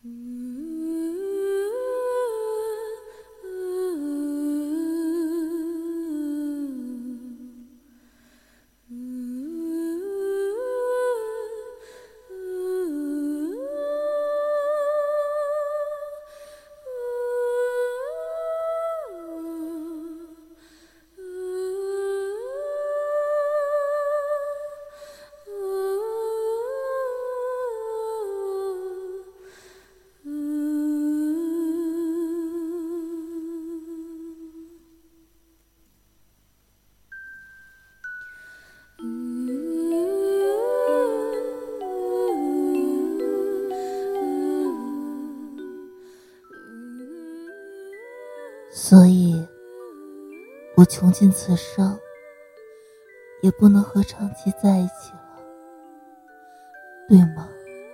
所以我穷尽此生也不能和长期在一起了，对吗？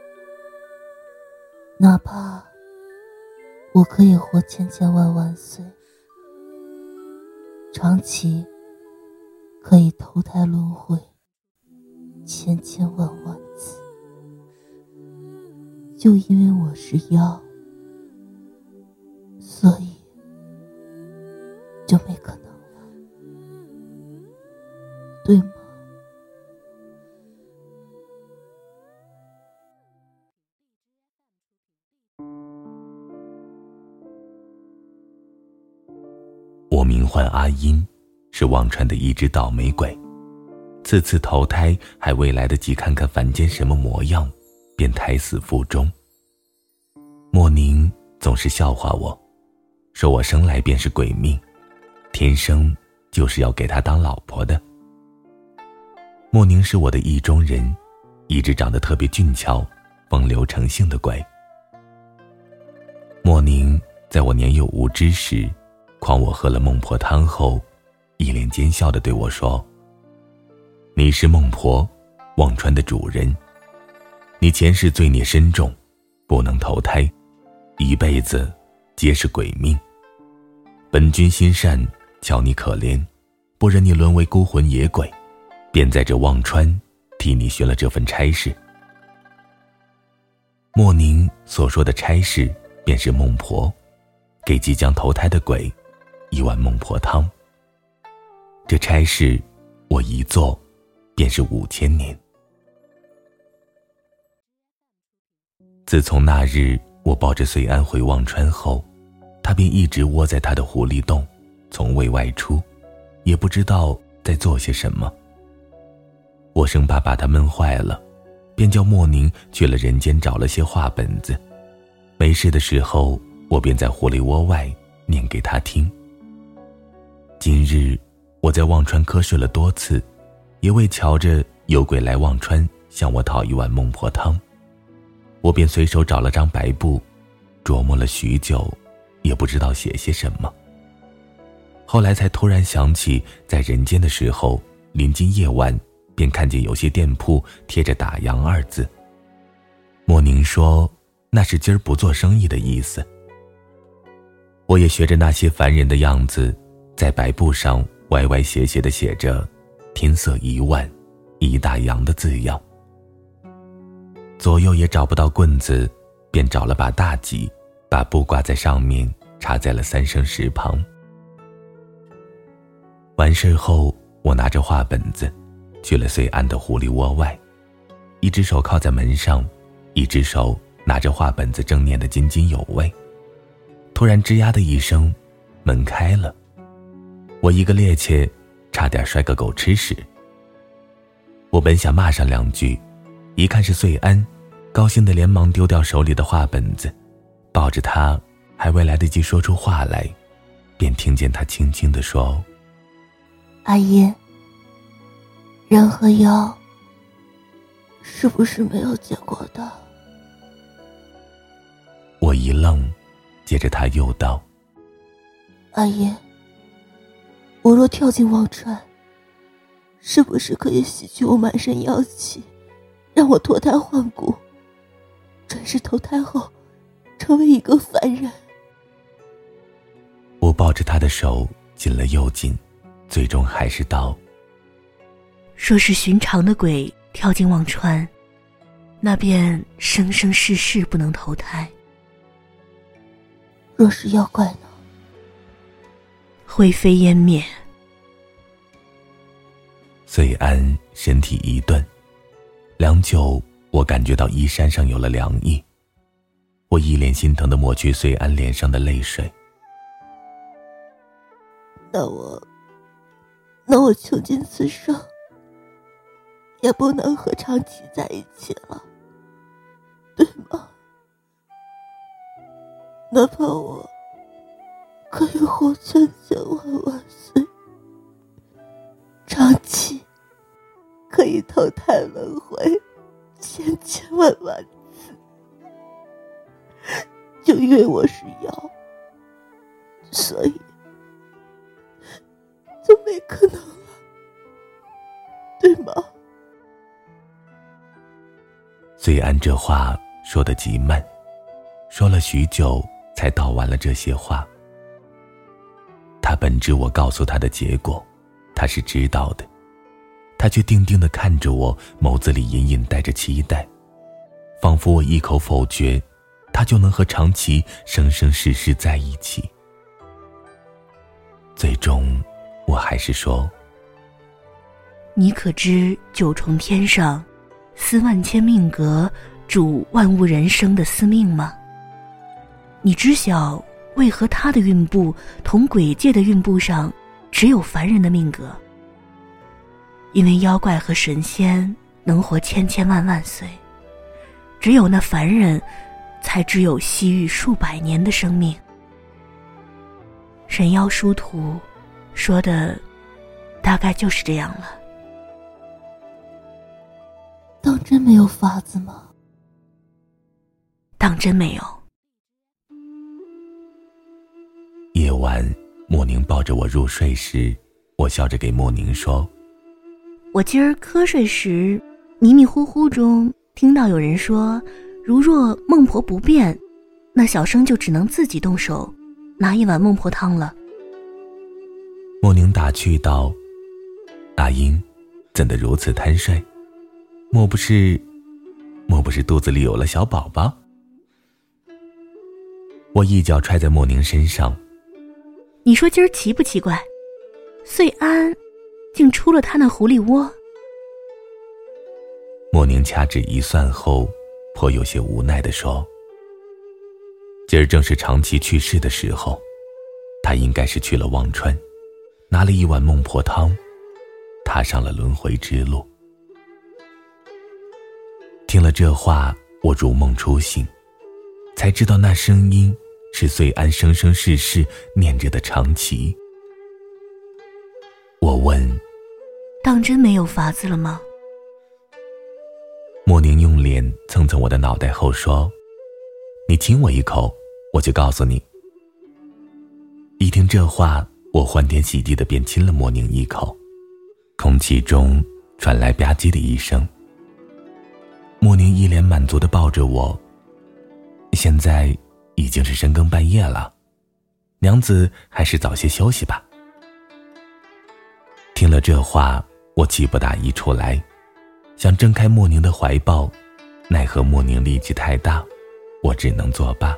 哪怕我可以活千千万万岁，长期可以投胎轮回千千万万次，就因为我是妖，所以就没可能了，对吗？ 我名唤阿阴，是忘川的一只倒霉鬼，次次投胎还未来得及看看凡间什么模样，便胎死腹中。莫宁总是笑话我，说我生来便是鬼命，天生就是要给他当老婆的。莫宁是我的意中人，一只长得特别俊俏、风流成性的鬼。莫宁在我年幼无知时，诓我喝了孟婆汤后，一脸奸笑地对我说：“你是孟婆，忘川的主人，你前世罪孽深重，不能投胎，一辈子皆是鬼命。本君心善，瞧你可怜，不忍你沦为孤魂野鬼，便在这忘川替你寻了这份差事。”莫宁所说的差事便是孟婆，给即将投胎的鬼一碗孟婆汤。这差事我一做便是5000年。自从那日我抱着穗安回忘川后，他便一直窝在他的狐狸洞，从未外出，也不知道在做些什么。我生怕把他闷坏了，便叫莫宁去了人间找了些画本子，没事的时候我便在狐狸窝外念给他听。今日我在忘川瞌睡了多次，也未瞧着有鬼来忘川向我讨一碗孟婆汤，我便随手找了张白布，琢磨了许久，也不知道写些什么。后来才突然想起，在人间的时候，临近夜晚，便看见有些店铺贴着打烊2字。莫宁说那是今儿不做生意的意思。我也学着那些凡人的样子，在白布上歪歪斜斜地写着天色已晚，一大洋的字样。左右也找不到棍子，便找了把大戟，把布挂在上面，插在了3生石旁。完事后，我拿着画本子去了穗安的狐狸窝外，一只手靠在门上，一只手拿着画本子正念得津津有味。突然吱呀的一声，门开了，我一个趔趄，差点摔个狗吃屎。我本想骂上2句，一看是穗安，高兴得连忙丢掉手里的画本子，抱着他，还未来得及说出话来，便听见他轻轻地说：“ 阿姨，人和妖是不是没有结果的？” 我一愣，接着他又道：“ 阿姨，我若跳进忘川，是不是可以洗去我满身妖气，让我脱胎换骨，转世投胎后成为一个凡人？” 我抱着他的手紧了又紧，最终还是道：“ 若是寻常的鬼跳进忘川，那便生生世世不能投胎， 若是妖怪呢？ 灰飞烟灭。 岁安身体一顿，良久，我感觉到衣衫上有了凉意。我一脸心疼地抹去岁安脸上的泪水。 那我穷尽此生也不能和长崎在一起了，对吗？哪怕我可以活千千万万岁，长崎可以投胎轮回千千万万次，就因为我是妖，所以就没可能了，对吗？ 岁安这话说得极慢，说了许久才道完了这些话。他本知我告诉他的结果，他是知道的，他却定定地看着我，眸子里隐隐带着期待，仿佛我一口否决，他就能和长崎生生世世在一起。最终我还是说， 你可知九重天上司万千命格主万物人生的司命吗？你知晓为何他的运部同鬼界的运部上只有凡人的命格？因为妖怪和神仙能活千千万万岁，只有那凡人才只有西域数百年的生命。神妖殊途说的大概就是这样了。 当真没有法子吗？ 当真没有。 夜晚，莫宁抱着我入睡时，我笑着给莫宁说， 我今儿瞌睡时迷迷糊糊中听到有人说，如若孟婆不变，那小生就只能自己动手拿一碗孟婆汤了。 莫宁打趣道，阿英怎得如此贪睡？莫不是肚子里有了小宝宝？我一脚踹在莫宁身上， 你说今儿奇不奇怪？岁安竟出了他那狐狸窝。 莫宁掐指一算后，颇有些无奈地说，今儿正是长崎去世的时候，他应该是去了忘川，拿了一碗孟婆汤，踏上了轮回之路。听了这话，我如梦初醒，才知道那声音是岁安生生世世念着的长崎。我问， 当真没有法子了吗？ 莫宁用脸蹭蹭我的脑袋后说，你亲我一口，我就告诉你。一听这话，我欢天喜地地便亲了莫宁一口，空气中传来吧唧的一声。莫宁一脸满足地抱着我，现在已经是深更半夜了，娘子还是早些休息吧。听了这话，我气不打一处来，想挣开莫宁的怀抱，奈何莫宁力气太大，我只能作罢。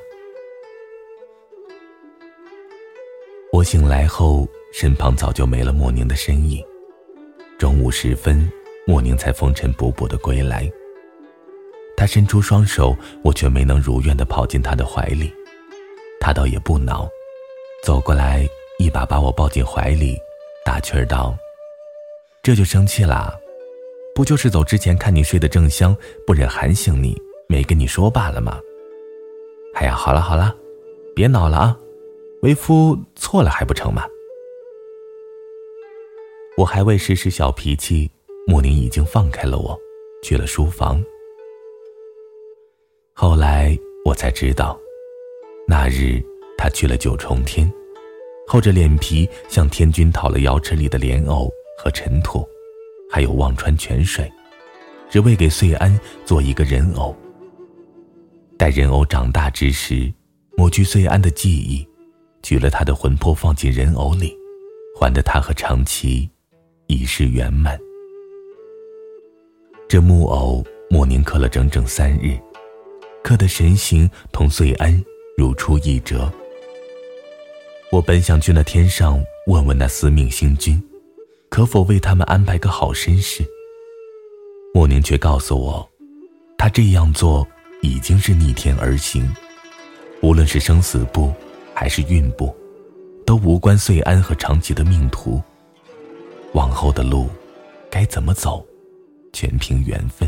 我醒来后，身旁早就没了莫宁的身影。中午时分，莫宁才风尘仆仆地归来。他伸出双手，我却没能如愿地跑进他的怀里。他倒也不恼，走过来一把把我抱进怀里，打趣儿道，这就生气啦？不就是走之前看你睡得正香，不忍喊醒你，没跟你说罢了吗？哎呀，好了好了，别恼了啊，为夫错了还不成吗？我还未实施小脾气，莫宁已经放开了我，去了书房。后来我才知道，那日他去了九重天，厚着脸皮向天君讨了瑶池里的莲藕和尘土，还有忘川泉水，只为给岁安做一个人偶。待人偶长大之时，抹去岁安的记忆，取了他的魂魄放进人偶里，还得他和长崎一世圆满。这木偶莫宁刻了整整3日，刻的神形同岁安如出一辙， 我本想去那天上问问那司命星君，可否为他们安排个好身世。莫宁却告诉我，他这样做已经是逆天而行，无论是生死簿还是运簿，都无关穗安和长崎的命途。往后的路该怎么走，全凭缘分。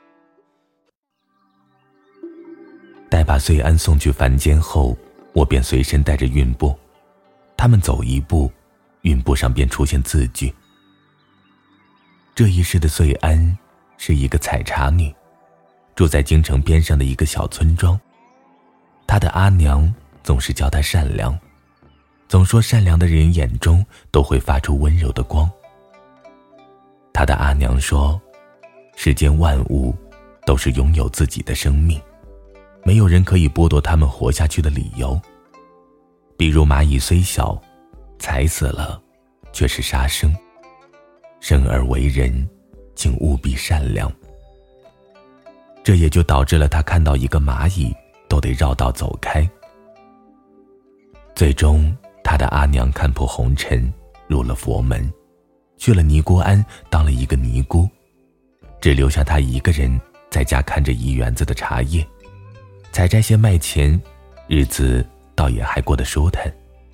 待把穗安送去凡间后，我便随身带着运簿，他们走一步，运簿上便出现字句。这一世的穗安是一个采茶女，住在京城边上的一个小村庄。她的阿娘总是叫她善良，总说善良的人眼中都会发出温柔的光。她的阿娘说，世间万物都是拥有自己的生命，没有人可以剥夺他们活下去的理由。比如蚂蚁虽小，踩死了却是杀生。生而为人，请务必善良。这也就导致了他看到一个蚂蚁都得绕道走开。最终他的阿娘看破红尘，入了佛门，去了尼姑庵当了一个尼姑，只留下他一个人在家看着一园子的茶叶，采摘些卖钱，日子倒也还过得舒坦。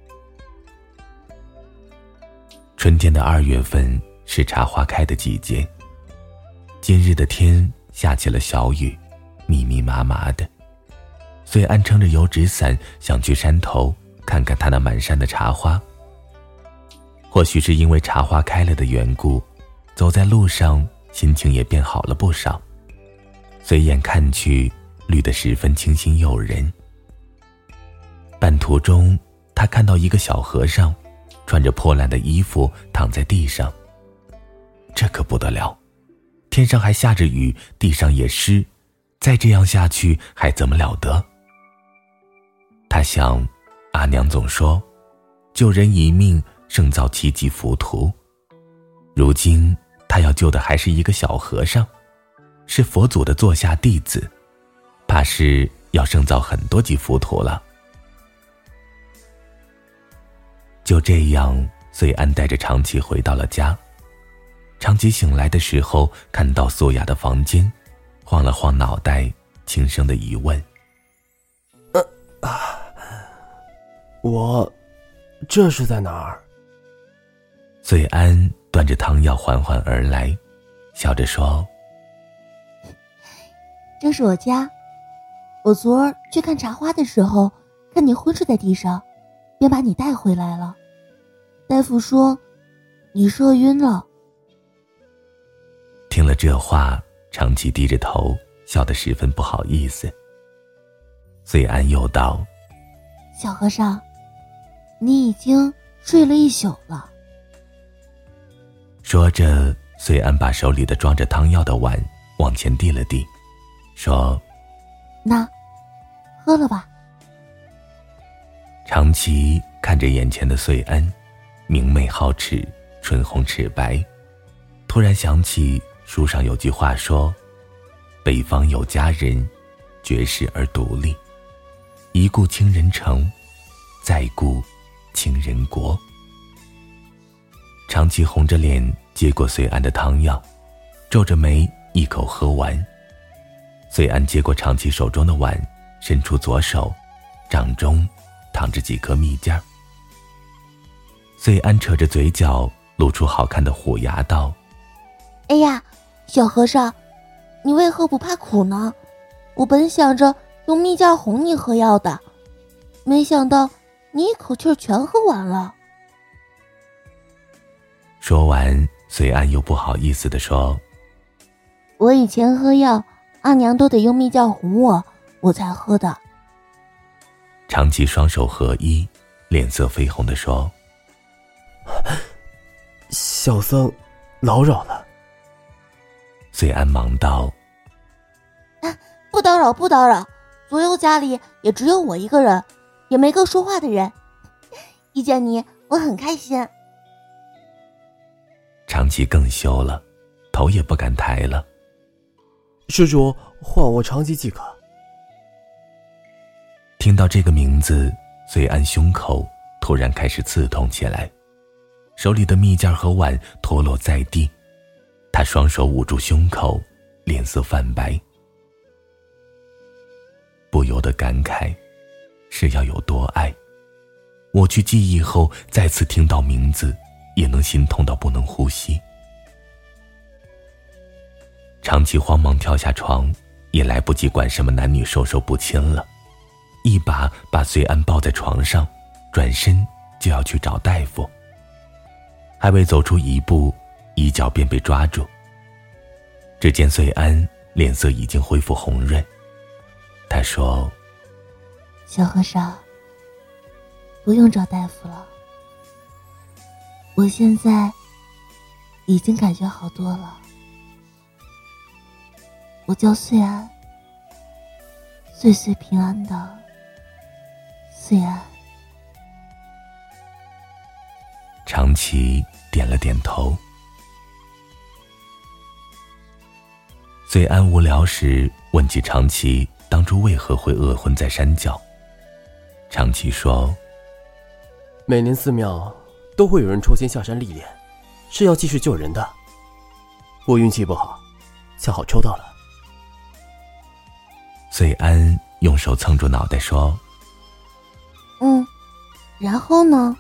春天的2月份是茶花开的季节，今日的天下起了小雨，密密麻麻的。穗安撑着油纸伞想去山头看看他那满山的茶花。或许是因为茶花开了的缘故，走在路上心情也变好了不少，随眼看去绿得十分清新诱人。半途中他看到一个小和尚穿着破烂的衣服躺在地上，这可不得了，天上还下着雨，地上也湿，再这样下去还怎么了得。他想，阿娘总说救人一命胜造7级浮屠，如今他要救的还是一个小和尚，是佛祖的座下弟子，怕是要胜造很多级浮屠了。就这样，穗安带着长崎回到了家。长崎醒来的时候，看到素雅的房间，晃了晃脑袋，轻声的疑问： 我这是在哪儿？ 穗安端着汤药缓缓而来，笑着说： 这是我家，我昨儿去看茶花的时候，看你昏睡在地上，便把你带回来了。大夫说你射晕了。 听了这话，长崎低着头，笑得十分不好意思。穗安又道： 小和尚，你已经睡了1宿了。 说着，穗安把手里的装着汤药的碗往前递了递，说： 那喝了吧。 长崎看着眼前的穗安，明媚皓齿，唇红齿白，突然想起书上有句话说：北方有佳人，绝世而独立，一顾倾人城，再顾倾人国。长崎红着脸接过穗安的汤药，皱着眉一口喝完。穗安接过长崎手中的碗，伸出左手，掌中躺着几颗蜜饯。穗安扯着嘴角，露出好看的虎牙道： 哎呀，小和尚，你为何不怕苦呢？我本想着用蜜饯哄你喝药的，没想到你一口气全喝完了。 说完，穗安又不好意思地说： 我以前喝药，阿娘都得用蜜饯哄我才喝的。 长崎双手合一，脸色绯红地说： 小僧劳扰了。 穗安忙道： 不打扰不打扰，左右家里也只有我一个人，也没个说话的人，遇见你我很开心。 长崎更羞了，头也不敢抬了。 施主唤我长崎即可。 听到这个名字，穗安胸口突然开始刺痛起来，手里的蜜饯和碗脱落在地，他双手捂住胸口，脸色泛白，不由得感慨，是要有多爱。我去记忆后，再次听到名字，也能心痛到不能呼吸。长期慌忙跳下床，也来不及管什么男女授受不亲了，一把把随安抱在床上，转身就要去找大夫。还未走出一步，一脚便被抓住。只见随安脸色已经恢复红润，他说： 小和尚，不用找大夫了，我现在已经感觉好多了。我叫岁安，岁岁平安的岁安。 长崎点了点头。岁安无聊时问起长崎当初为何会饿昏在山脚。长崎说： 每年寺庙都会有人抽签下山历练，是要继续救人的。我运气不好，恰好抽到了。 岁安用手蹭住脑袋说： 然后呢？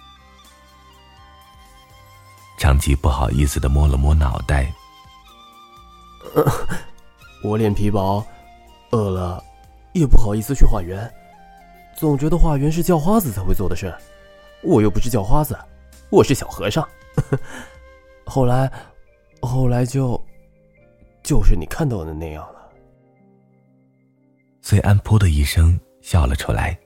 长崎不好意思地摸了摸脑袋。 我脸皮薄，饿了也不好意思去化缘，总觉得化缘是叫花子才会做的事，我又不是叫花子，我是小和尚。后来就是你看到的那样了。 岁安噗的一声笑了出来。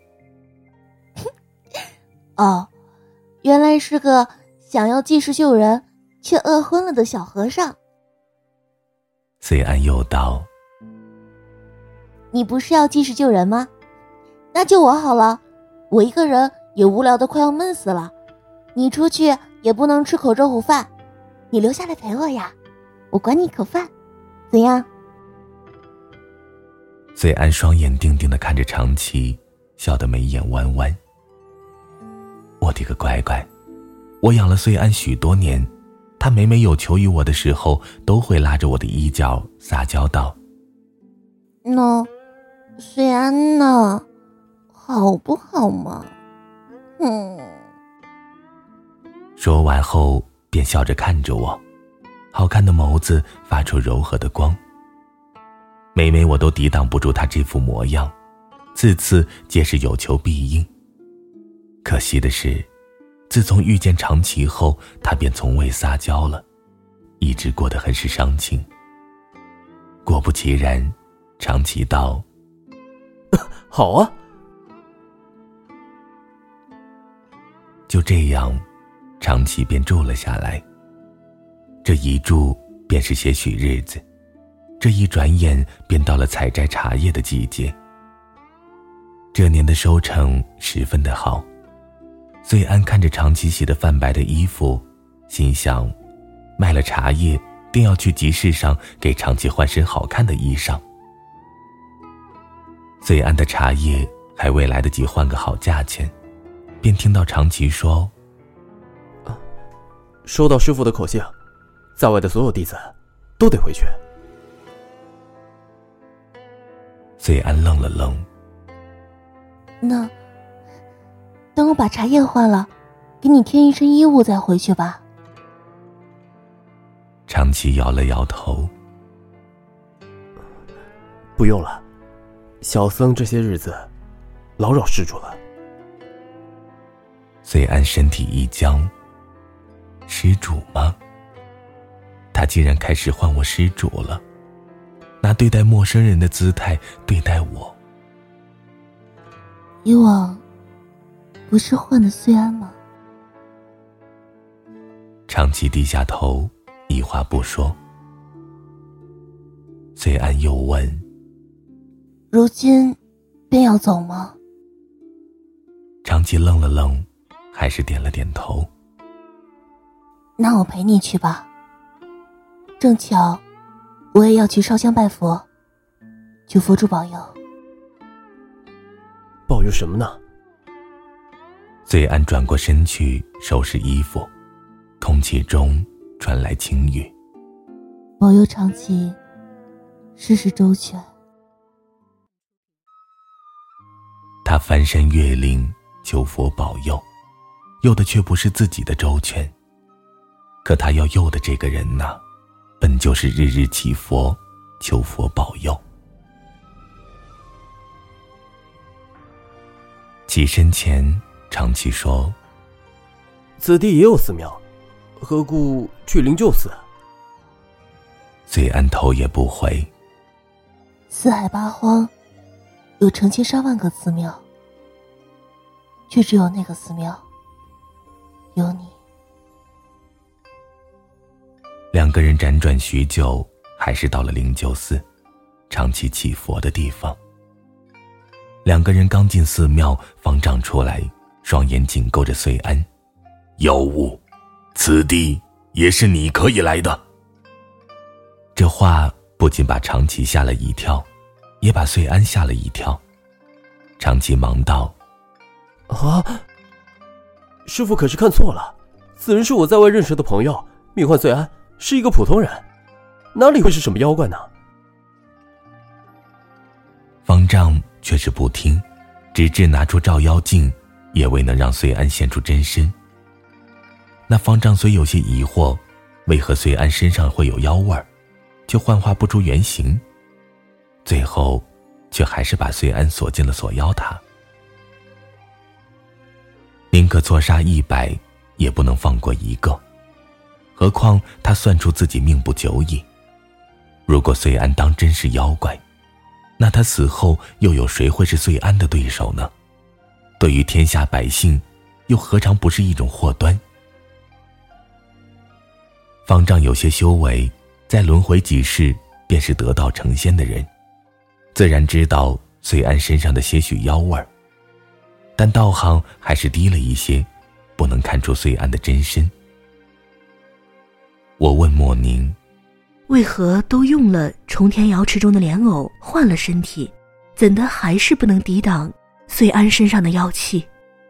哦，原来是个想要济世救人却饿昏了的小和尚。 岁安又道： 你不是要济世救人吗？那就我好了，我一个人也无聊的快要闷死了，你出去也不能吃口热乎饭，你留下来陪我呀，我管你一口饭，怎样？ 岁安双眼定定地看着长崎，笑得眉眼弯弯。我的个乖乖，我养了岁安许多年，他每每有求于我的时候，都会拉着我的衣角撒娇道： 那岁安呢？好不好嘛？ 说完后便笑着看着我，好看的眸子发出柔和的光。每每我都抵挡不住他这副模样，次次皆是有求必应。可惜的是，自从遇见长崎后，他便从未撒娇了，一直过得很是伤情。果不其然，长崎道： 好啊。 就这样，长崎便住了下来。这一住便是些许日子，这一转眼便到了采摘茶叶的季节。这年的收成十分的好，岁安看着长崎洗得泛白的衣服，心想卖了茶叶便要去集市上给长崎换身好看的衣裳。岁安的茶叶还未来得及换个好价钱，便听到长崎说： 收到师父的口信，在外的所有弟子都得回去。 岁安愣了愣。 那等我把茶叶换了，给你添一身衣物再回去吧。 长崎摇了摇头。 不用了，小僧这些日子劳扰施主了。 岁安身体一僵。施主吗？他竟然开始唤我施主了，拿对待陌生人的姿态对待我。 以往不是唤的岁安吗？ 长崎低下头，一话不说。岁安又问： 如今便要走吗？ 长崎愣了愣，还是点了点头。 那我陪你去吧，正巧我也要去烧香拜佛，求佛主保佑。 保佑什么呢？ 穗安转过身去收拾衣服，空气中传来轻语： 保佑长期事事周全。 他翻山越岭求佛保佑，佑的却不是自己的周全。可他要佑的这个人呢，本就是日日祈佛求佛保佑。起身前，长期说： 此地也有寺庙，何故去灵鹫寺？ 穗安头也不回。 四海八荒，有成千上万个寺庙，却只有那个寺庙有你。 两个人辗转许久，还是到了灵鹫寺，长期祈佛的地方。两个人刚进寺庙，方丈出来，双眼紧勾着穗安：妖物，此地也是你可以来的。这话不仅把长崎吓了一跳，也把穗安吓了一跳。长崎忙道： 啊，师父可是看错了，此人是我在外认识的朋友，名唤穗安，是一个普通人，哪里会是什么妖怪呢？ 方丈却是不听，直至拿出照妖镜，也未能让穗安现出真身。那方丈虽有些疑惑，为何穗安身上会有妖味儿，却幻化不出原形，最后却还是把穗安锁进了锁妖塔。宁可错杀100，也不能放过一个，何况他算出自己命不久矣。如果穗安当真是妖怪，那他死后又有谁会是穗安的对手呢？对于天下百姓，又何尝不是一种祸端？方丈有些修为，在轮回几世便是得道成仙的人，自然知道穗安身上的些许妖味儿，但道行还是低了一些，不能看出穗安的真身。我问莫宁， 为何都用了重田瑶池中的莲藕换了身体，怎的还是不能抵挡穗安身上的妖气？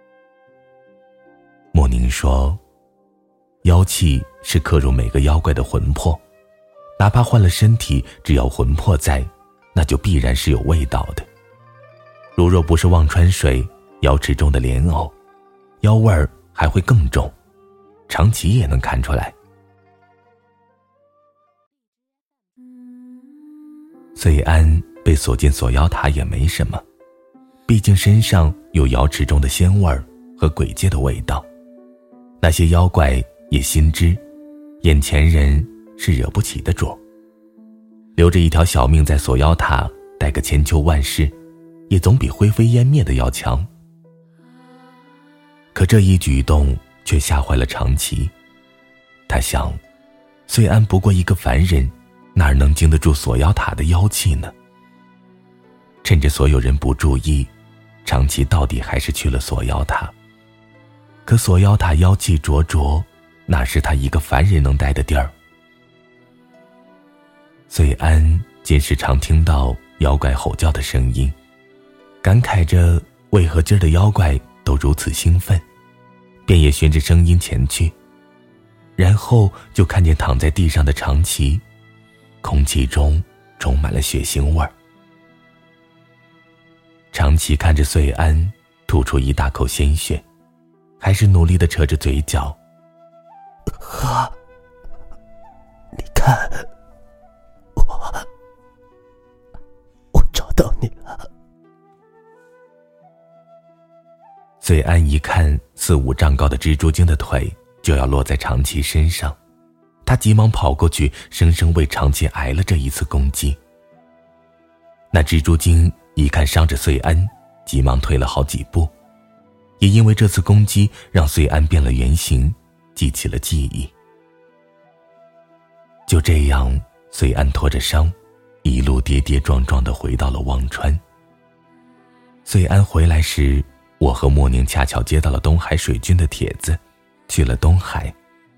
莫宁说，妖气是刻入每个妖怪的魂魄，哪怕换了身体，只要魂魄在，那就必然是有味道的。如若不是忘川水瑶池中的莲藕，妖味儿还会更重，长崎也能看出来。穗安被锁进锁妖塔也没什么，毕竟身上有瑶池中的仙味儿和鬼界的味道，那些妖怪也心知眼前人是惹不起的主，留着一条小命在锁妖塔待个千秋万世，也总比灰飞烟灭的要强。可这一举动却吓坏了长崎，他想，穗安不过一个凡人，哪能经得住锁妖塔的妖气呢？趁着所有人不注意，长崎到底还是去了锁妖塔。可锁妖塔妖气灼灼，哪是他一个凡人能待的地儿？穗安今时常听到妖怪吼叫的声音，感慨着为何今儿的妖怪都如此兴奋，便也循着声音前去，然后就看见躺在地上的长崎，空气中充满了血腥味儿。长崎看着穗安吐出一大口鲜血，还是努力地扯着嘴角。 你看，我找到你了。 穗安一看4、5丈高的蜘蛛精的腿就要落在长崎身上，他急忙跑过去，生生为长崎挨了这一次攻击。那蜘蛛精一看伤着穗安，急忙退了好几步，也因为这次攻击让穗安变了原形，记起了记忆。就这样，穗安拖着伤，一路跌跌撞撞地回到了忘川。穗安回来时，我和莫宁恰巧接到了东海水军的帖子，去了东海。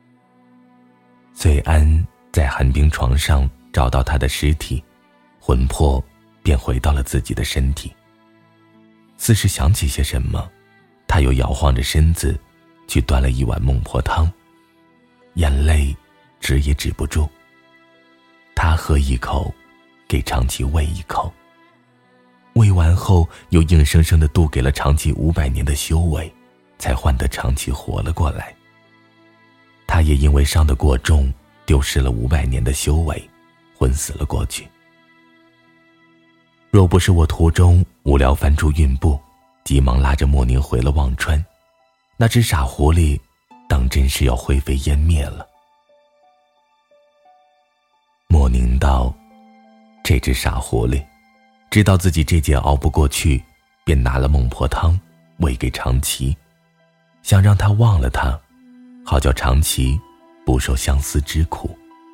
穗安在寒冰床上找到他的尸体，魂魄便回到了自己的身体。似是想起些什么，他他又摇晃着身子去端了一碗孟婆汤，眼泪止也止不住。他喝一口，给长崎喂一口，喂完后又硬生生地渡给了长崎500年的修为，才换得长崎活了过来。他也因为伤得过重，丢失了500年的修为，昏死了过去。若不是我途中无聊翻出运布，急忙拉着莫宁回了忘川，那只傻狐狸当真是要灰飞烟灭了。莫宁道：这只傻狐狸知道自己这劫熬不过去，便拿了孟婆汤喂给长崎，想让他忘了他，好叫长崎不受相思之苦。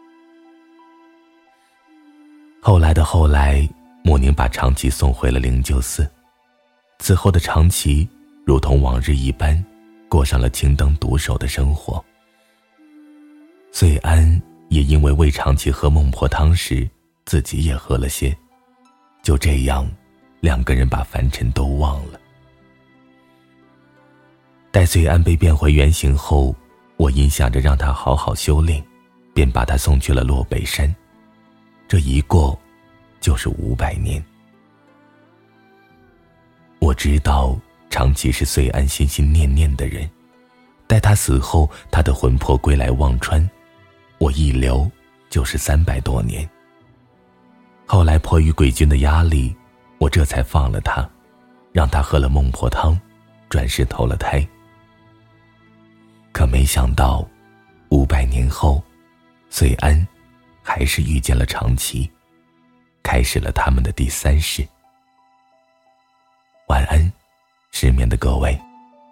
后来的后来，莫宁把长崎送回了灵鹫寺。此后的长崎如同往日一般，过上了青灯独守的生活。穗安也因为喂长崎喝孟婆汤时，自己也喝了些，就这样2个人把凡尘都忘了。待穗安被变回原形后，我因想着让他好好修炼，便把他送去了洛北山。这一过就是500年。我知道长崎是穗安心心念念的人，待他死后，他的魂魄归来忘川，我一留就是300多年。后来迫于鬼君的压力，我这才放了他，让他喝了孟婆汤，转世投了胎。可没想到500年后，穗安还是遇见了长崎，开始了他们的第3世。晚安，失眠的各位。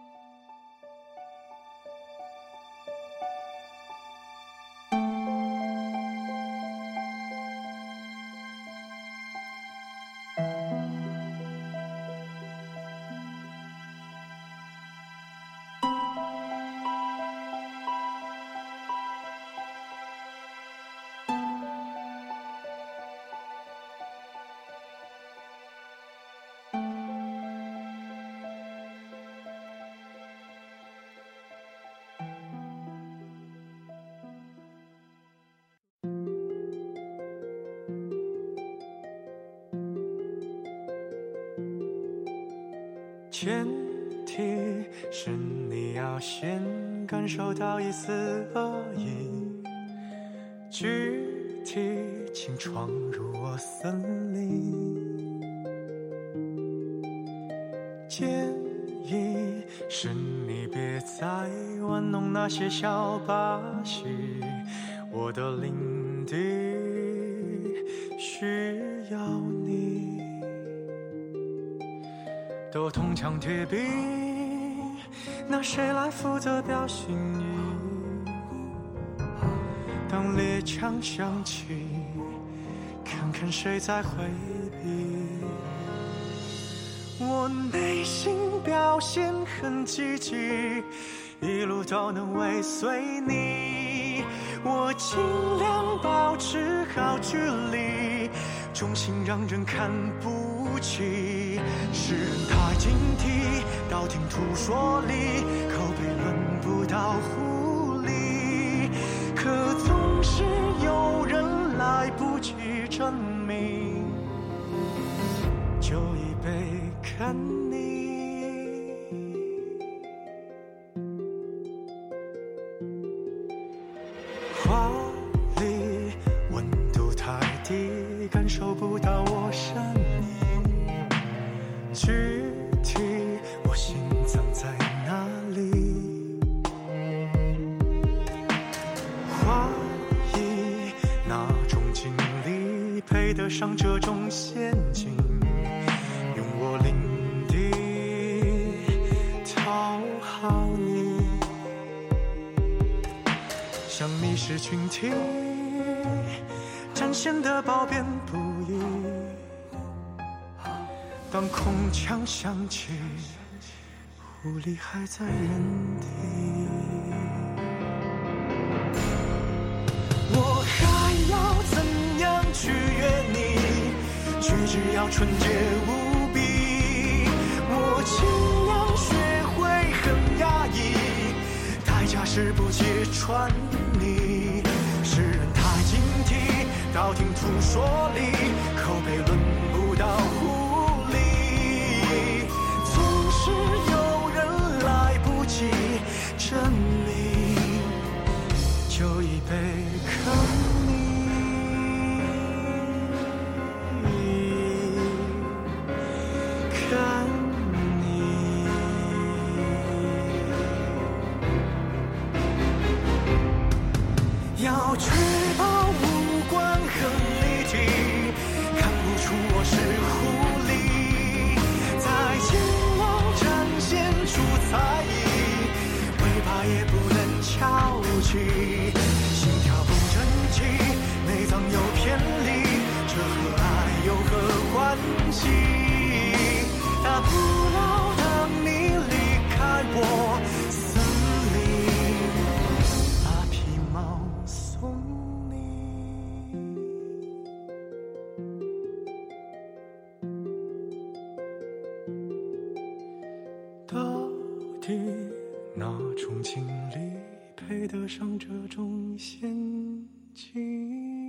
前提是你要先感受到一丝恶意，具体请闯入我森林。建议是你别再玩弄那些小把戏，我的领地需要你。都铜墙铁壁，那谁来负责表心意？当猎枪响起，看看谁在回避。我内心表现很积极，一路都能尾随你。我尽量保持好距离，重心让人看不起。世人太警惕，道听途说里口碑轮不到狐狸，可总是有人来不及证明，就已被看腻。话里温度太低，感受不到我善意，具体我心脏在哪里？怀疑哪种经历配得上这种陷阱，用我领地讨好你，想你是群体展现的褒贬不一。当空枪响起，狐狸还在原地。我还要怎样取悦你？却只要纯洁无比。我尽量学会是不揭穿你。世人太警惕，道听途说里，口碑轮不到狐狸。总是有人来不及证明，就已被坑你。看你，要确保五官很立体，看不出我是狐狸，在前往展现出才艺，尾巴也不能翘起，心跳不整齐，内脏有偏离，这和爱有何关系？大不了当你离开我森林，把皮毛送你。到底哪种经历配得上这种陷阱？